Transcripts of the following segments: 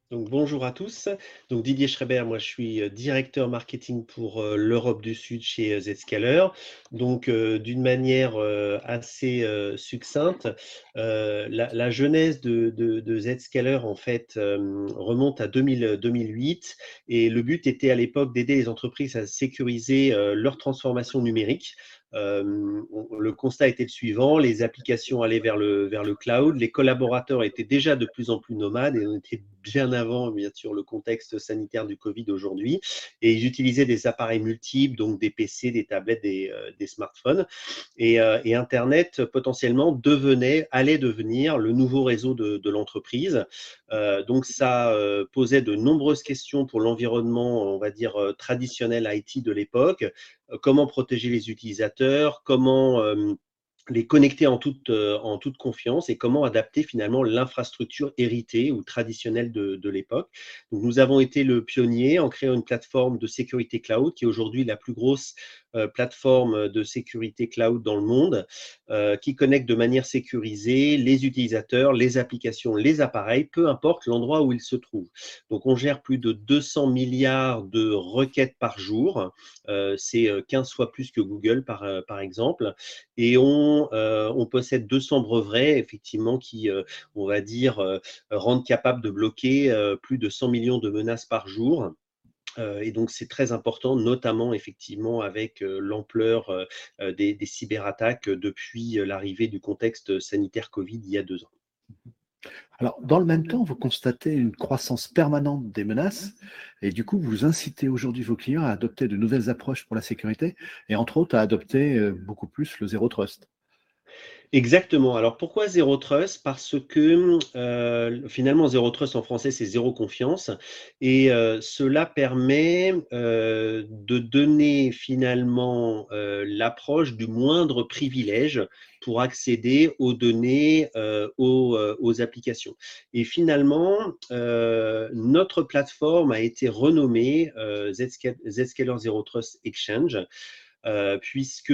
Donc bonjour à tous. Donc Didier Schreiber, moi je suis directeur marketing pour l'Europe du Sud chez Zscaler. Donc d'une manière assez succincte, la genèse de Zscaler en fait remonte à 2008 et le but était à l'époque d'aider les entreprises à sécuriser leur transformation numérique. Le constat était le suivant, les applications allaient vers le cloud, les collaborateurs étaient déjà de plus en plus nomades et on était bien avant, bien sûr, le contexte sanitaire du Covid aujourd'hui. Et ils utilisaient des appareils multiples, donc des PC, des tablettes, des smartphones. Et Internet, potentiellement, allait devenir le nouveau réseau de l'entreprise. Donc, ça posait de nombreuses questions pour l'environnement, on va dire, traditionnel IT de l'époque. Comment protéger les utilisateurs, comment les connecter en toute confiance et comment adapter finalement l'infrastructure héritée ou traditionnelle de l'époque. Donc, nous avons été le pionnier en créant une plateforme de sécurité cloud qui est aujourd'hui la plus grosse plateforme de sécurité cloud dans le monde, qui connecte de manière sécurisée les utilisateurs, les applications, les appareils, peu importe l'endroit où ils se trouvent. Donc, on gère plus de 200 milliards de requêtes par jour. C'est 15 fois plus que Google, par exemple. Et on possède 200 brevets, effectivement, qui, on va dire, rendent capable de bloquer plus de 100 millions de menaces par jour. Et donc, c'est très important, notamment, effectivement, avec l'ampleur des cyberattaques depuis l'arrivée du contexte sanitaire Covid il y a 2 ans. Alors, dans le même temps, vous constatez une croissance permanente des menaces et du coup, vous incitez aujourd'hui vos clients à adopter de nouvelles approches pour la sécurité et entre autres à adopter beaucoup plus le zéro trust. Exactement. Alors pourquoi zéro trust? Parce que finalement, zéro trust en français, c'est zéro confiance. Et cela permet de donner finalement l'approche du moindre privilège pour accéder aux données, aux applications. Et finalement, notre plateforme a été renommée Zscaler Zero Trust Exchange, puisque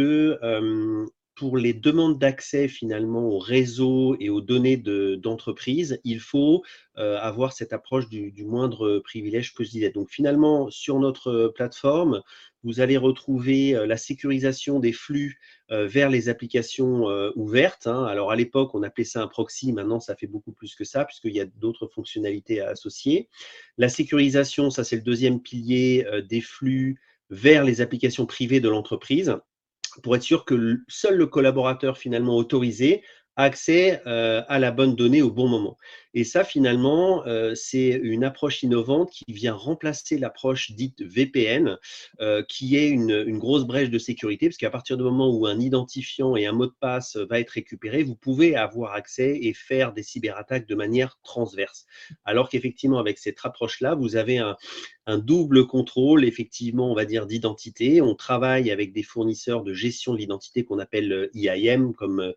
pour les demandes d'accès finalement au réseau et aux données d'entreprise, il faut avoir cette approche du moindre privilège que je disais. Donc finalement, sur notre plateforme, vous allez retrouver la sécurisation des flux vers les applications ouvertes, hein. Alors à l'époque, on appelait ça un proxy, maintenant ça fait beaucoup plus que ça, puisqu'il y a d'autres fonctionnalités à associer. La sécurisation, ça c'est le deuxième pilier des flux vers les applications privées de l'entreprise pour être sûr que seul le collaborateur finalement autorisé a accès à la bonne donnée au bon moment. Et ça, finalement, c'est une approche innovante qui vient remplacer l'approche dite VPN, qui est une grosse brèche de sécurité, parce qu'à partir du moment où un identifiant et un mot de passe va être récupéré, vous pouvez avoir accès et faire des cyberattaques de manière transverse. Alors qu'effectivement, avec cette approche-là, vous avez un double contrôle, effectivement, on va dire, d'identité. On travaille avec des fournisseurs de gestion de l'identité qu'on appelle IAM, comme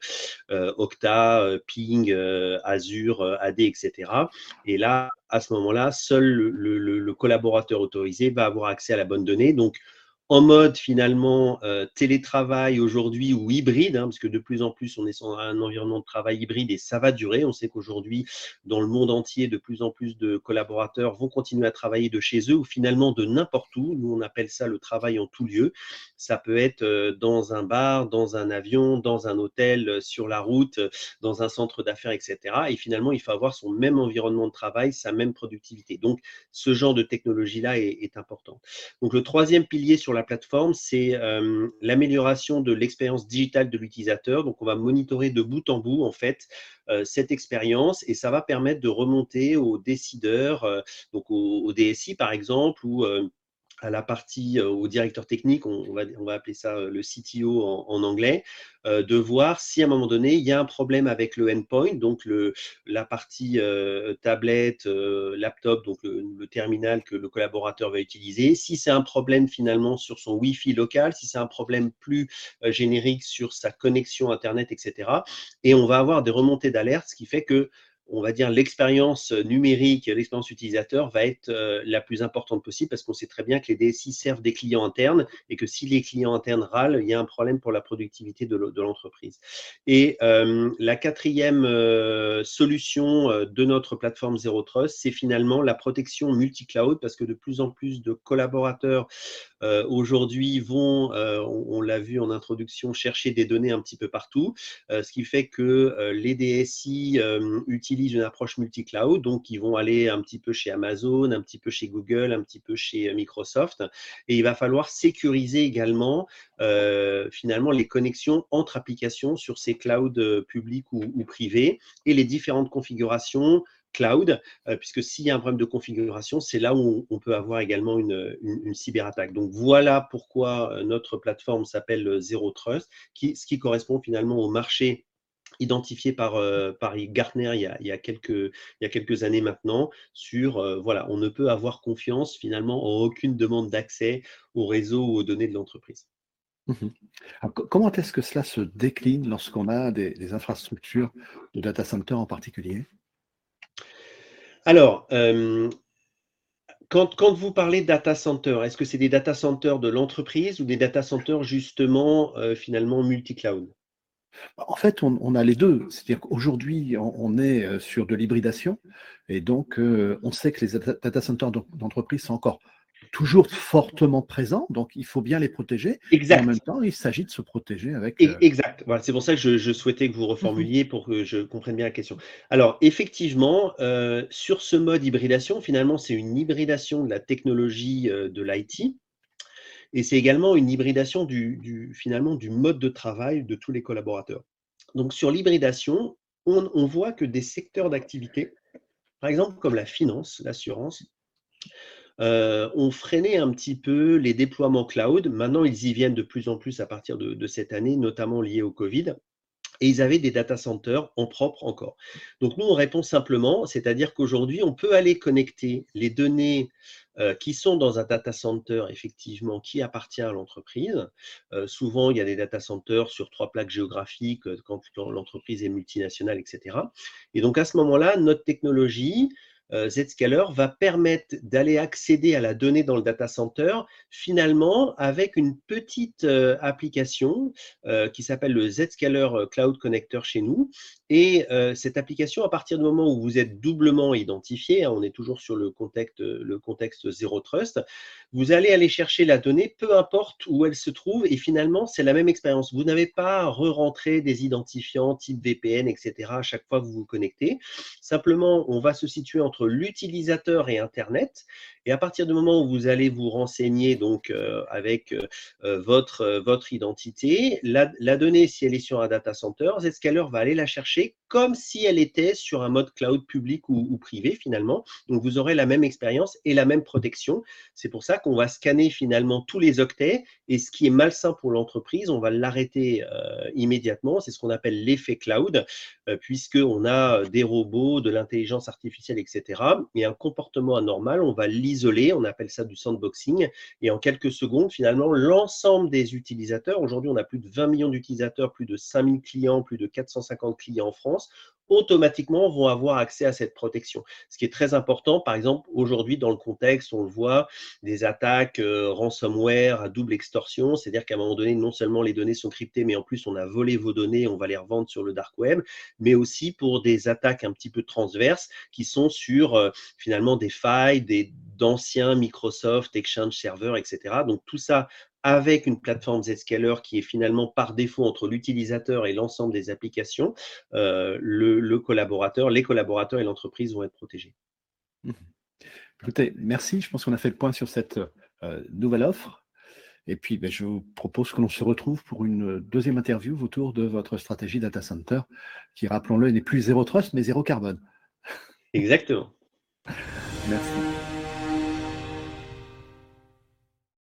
Okta, Ping, Azure, AD, etc. Et là, à ce moment-là, seul le collaborateur autorisé va avoir accès à la bonne donnée. Donc, en mode finalement télétravail aujourd'hui ou hybride, hein, parce que de plus en plus on est sur un environnement de travail hybride et ça va durer. On sait qu'aujourd'hui, dans le monde entier, de plus en plus de collaborateurs vont continuer à travailler de chez eux ou finalement de n'importe où. Nous, on appelle ça le travail en tout lieu. Ça peut être dans un bar, dans un avion, dans un hôtel, sur la route, dans un centre d'affaires, etc. Et finalement, il faut avoir son même environnement de travail, sa même productivité. Donc, ce genre de technologie-là est important. Donc, le troisième pilier sur la plateforme, c'est l'amélioration de l'expérience digitale de l'utilisateur. Donc, on va monitorer de bout en bout, en fait, cette expérience et ça va permettre de remonter aux décideurs, donc au DSI, par exemple, ou à la partie au directeur technique, on va appeler ça le CTO en anglais, de voir si à un moment donné, il y a un problème avec le endpoint, donc la partie tablette, laptop, donc le terminal que le collaborateur va utiliser, si c'est un problème finalement sur son Wi-Fi local, si c'est un problème plus générique sur sa connexion Internet, etc. Et on va avoir des remontées d'alerte, ce qui fait que on va dire, l'expérience numérique, l'expérience utilisateur va être la plus importante possible parce qu'on sait très bien que les DSI servent des clients internes et que si les clients internes râlent, il y a un problème pour la productivité de l'entreprise. Et la quatrième solution de notre plateforme Zero Trust, c'est finalement la protection multi-cloud parce que de plus en plus de collaborateurs aujourd'hui vont, on l'a vu en introduction, chercher des données un petit peu partout, ce qui fait que les DSI utilisent une approche multi-cloud, donc ils vont aller un petit peu chez Amazon, un petit peu chez Google, un petit peu chez Microsoft, et il va falloir sécuriser également finalement les connexions entre applications sur ces clouds publics ou privés et les différentes configurations cloud, puisque s'il y a un problème de configuration, c'est là où on peut avoir également une cyberattaque. Donc voilà pourquoi notre plateforme s'appelle Zero Trust, ce qui correspond finalement au marché identifié par Gartner il y a quelques années maintenant sur, voilà, on ne peut avoir confiance finalement en aucune demande d'accès au réseau ou aux données de l'entreprise. Mhm. Alors, comment est-ce que cela se décline lorsqu'on a des infrastructures de data center en particulier? Alors, quand vous parlez data center, est-ce que c'est des data centers de l'entreprise ou des data centers justement finalement multi-cloud? En fait, on a les deux. C'est-à-dire qu'aujourd'hui, on est sur de l'hybridation et donc on sait que les data centers d'entreprise sont encore toujours fortement présents, donc il faut bien les protéger, mais en même Exact. temps, il s'agit de se protéger avec… Exact. Voilà, c'est pour ça que je souhaitais que vous Mhm. reformuliez pour que je comprenne bien la question. Alors, effectivement, sur ce mode hybridation, finalement, c'est une hybridation de la technologie de l'IT et c'est également une hybridation finalement du mode de travail de tous les collaborateurs. Donc, sur l'hybridation, on voit que des secteurs d'activité, par exemple comme la finance, l'assurance, ont freiné un petit peu les déploiements cloud. Maintenant, ils y viennent de plus en plus à partir de cette année, notamment liés au Covid. Et ils avaient des data centers en propre encore. Donc nous, on répond simplement, c'est-à-dire qu'aujourd'hui, on peut aller connecter les données qui sont dans un data center, effectivement, qui appartient à l'entreprise. Souvent, il y a des data centers sur 3 plaques géographiques quand l'entreprise est multinationale, etc. Et donc à ce moment-là, notre technologie, Zscaler, va permettre d'aller accéder à la donnée dans le data center, finalement, avec une petite application qui s'appelle le Zscaler Cloud Connector chez nous. Et cette application, à partir du moment où vous êtes doublement identifié, hein, on est toujours sur le contexte Zero Trust, vous allez aller chercher la donnée, peu importe où elle se trouve, et finalement, c'est la même expérience. Vous n'avez pas à re-rentrer des identifiants type VPN, etc. à chaque fois que vous vous connectez. Simplement, on va se situer entre l'utilisateur et Internet. Et à partir du moment où vous allez vous renseigner donc avec votre identité, la donnée, si elle est sur un data center, Zscaler va aller la chercher comme si elle était sur un mode cloud public ou privé finalement. Donc vous aurez la même expérience et la même protection. C'est pour ça qu'on va scanner finalement tous les octets et ce qui est malsain pour l'entreprise, on va l'arrêter immédiatement. C'est ce qu'on appelle l'effet cloud, puisqu'on a des robots, de l'intelligence artificielle, etc. Et un comportement anormal, on va l'isoler, on appelle ça du sandboxing. Et en quelques secondes, finalement, l'ensemble des utilisateurs, aujourd'hui on a plus de 20 millions d'utilisateurs, plus de 5000 clients, plus de 450 clients en France, automatiquement vont avoir accès à cette protection. Ce qui est très important, par exemple, aujourd'hui dans le contexte, on le voit, des attaques ransomware à double extorsion, c'est-à-dire qu'à un moment donné, non seulement les données sont cryptées, mais en plus on a volé vos données, on va les revendre sur le dark web, mais aussi pour des attaques un petit peu transverses qui sont sur finalement des failles, d'anciens Microsoft, Exchange Server, etc. Donc tout ça avec une plateforme Zscaler qui est finalement par défaut entre l'utilisateur et l'ensemble des applications, les collaborateurs et l'entreprise vont être protégés. Mhm. Écoutez, merci. Je pense qu'on a fait le point sur cette nouvelle offre. Et puis, ben, je vous propose que l'on se retrouve pour une deuxième interview autour de votre stratégie data center, qui, rappelons-le, n'est plus zéro trust, mais zéro carbone. Exactement. Merci.